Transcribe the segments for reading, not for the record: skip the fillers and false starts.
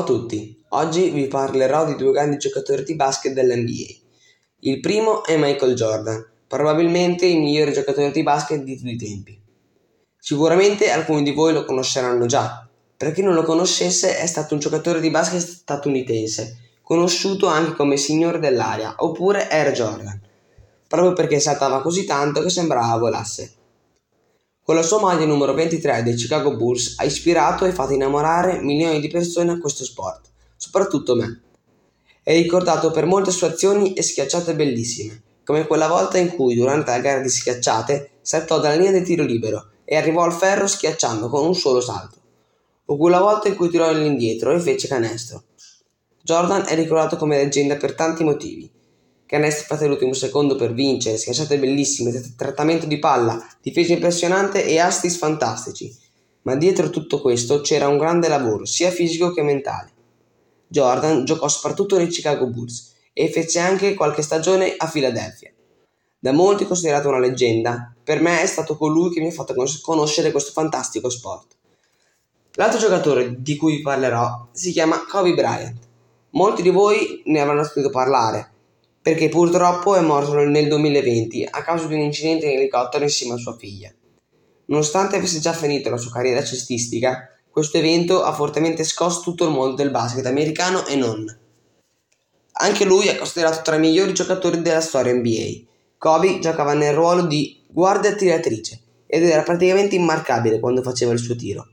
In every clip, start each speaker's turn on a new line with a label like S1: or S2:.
S1: tutti, oggi vi parlerò di due grandi giocatori di basket dell'NBA. Il primo è Michael Jordan, probabilmente il migliore giocatore di basket di tutti i tempi. Sicuramente alcuni di voi lo conosceranno già. Per chi non lo conoscesse, è stato un giocatore di basket statunitense, conosciuto anche come signore dell'aria, oppure Air Jordan, proprio perché saltava così tanto che sembrava volasse. Con la sua maglia numero 23 dei Chicago Bulls ha ispirato e fatto innamorare milioni di persone a questo sport, soprattutto me. È ricordato per molte sue azioni e schiacciate bellissime, come quella volta in cui durante la gara di schiacciate saltò dalla linea di tiro libero e arrivò al ferro schiacciando con un solo salto, o quella volta in cui tirò all'indietro e fece canestro. Jordan è ricordato come leggenda per tanti motivi. Canestri fatti all'ultimo secondo per vincere, schiacciate bellissime, trattamento di palla, difesa impressionante e assist fantastici. Ma dietro tutto questo c'era un grande lavoro, sia fisico che mentale. Jordan giocò soprattutto nei Chicago Bulls e fece anche qualche stagione a Philadelphia. Da molti considerato una leggenda, per me è stato colui che mi ha fatto conoscere questo fantastico sport. L'altro giocatore di cui vi parlerò si chiama Kobe Bryant. Molti di voi ne avranno sentito parlare, perché purtroppo è morto nel 2020 a causa di un incidente in elicottero insieme a sua figlia. Nonostante avesse già finito la sua carriera cestistica, questo evento ha fortemente scosso tutto il mondo del basket americano e non. Anche lui è considerato tra i migliori giocatori della storia NBA. Kobe giocava nel ruolo di guardia tiratrice ed era praticamente immarcabile quando faceva il suo tiro.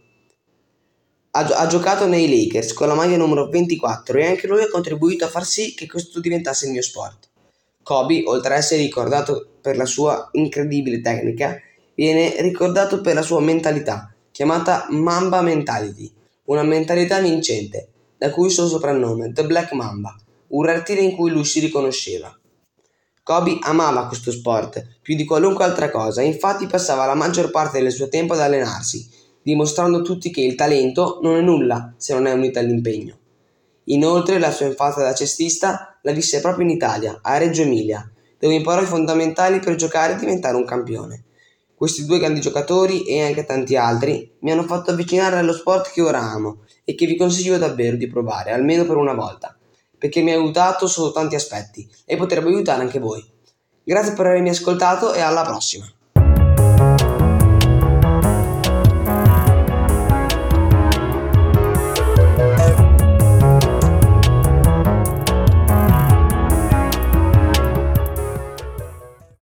S1: Ha giocato nei Lakers con la maglia numero 24 e anche lui ha contribuito a far sì che questo diventasse il mio sport. Kobe, oltre ad essere ricordato per la sua incredibile tecnica, viene ricordato per la sua mentalità, chiamata Mamba Mentality, una mentalità vincente, da cui il suo soprannome, The Black Mamba, un rettile in cui lui si riconosceva. Kobe amava questo sport più di qualunque altra cosa, infatti passava la maggior parte del suo tempo ad allenarsi, dimostrando a tutti che il talento non è nulla se non è unito all'impegno. Inoltre la sua infanzia da cestista la visse proprio in Italia, a Reggio Emilia, dove imparò i fondamentali per giocare e diventare un campione. Questi due grandi giocatori e anche tanti altri mi hanno fatto avvicinare allo sport che ora amo e che vi consiglio davvero di provare, almeno per una volta, perché mi ha aiutato sotto tanti aspetti e potrebbe aiutare anche voi. Grazie per avermi ascoltato e alla prossima!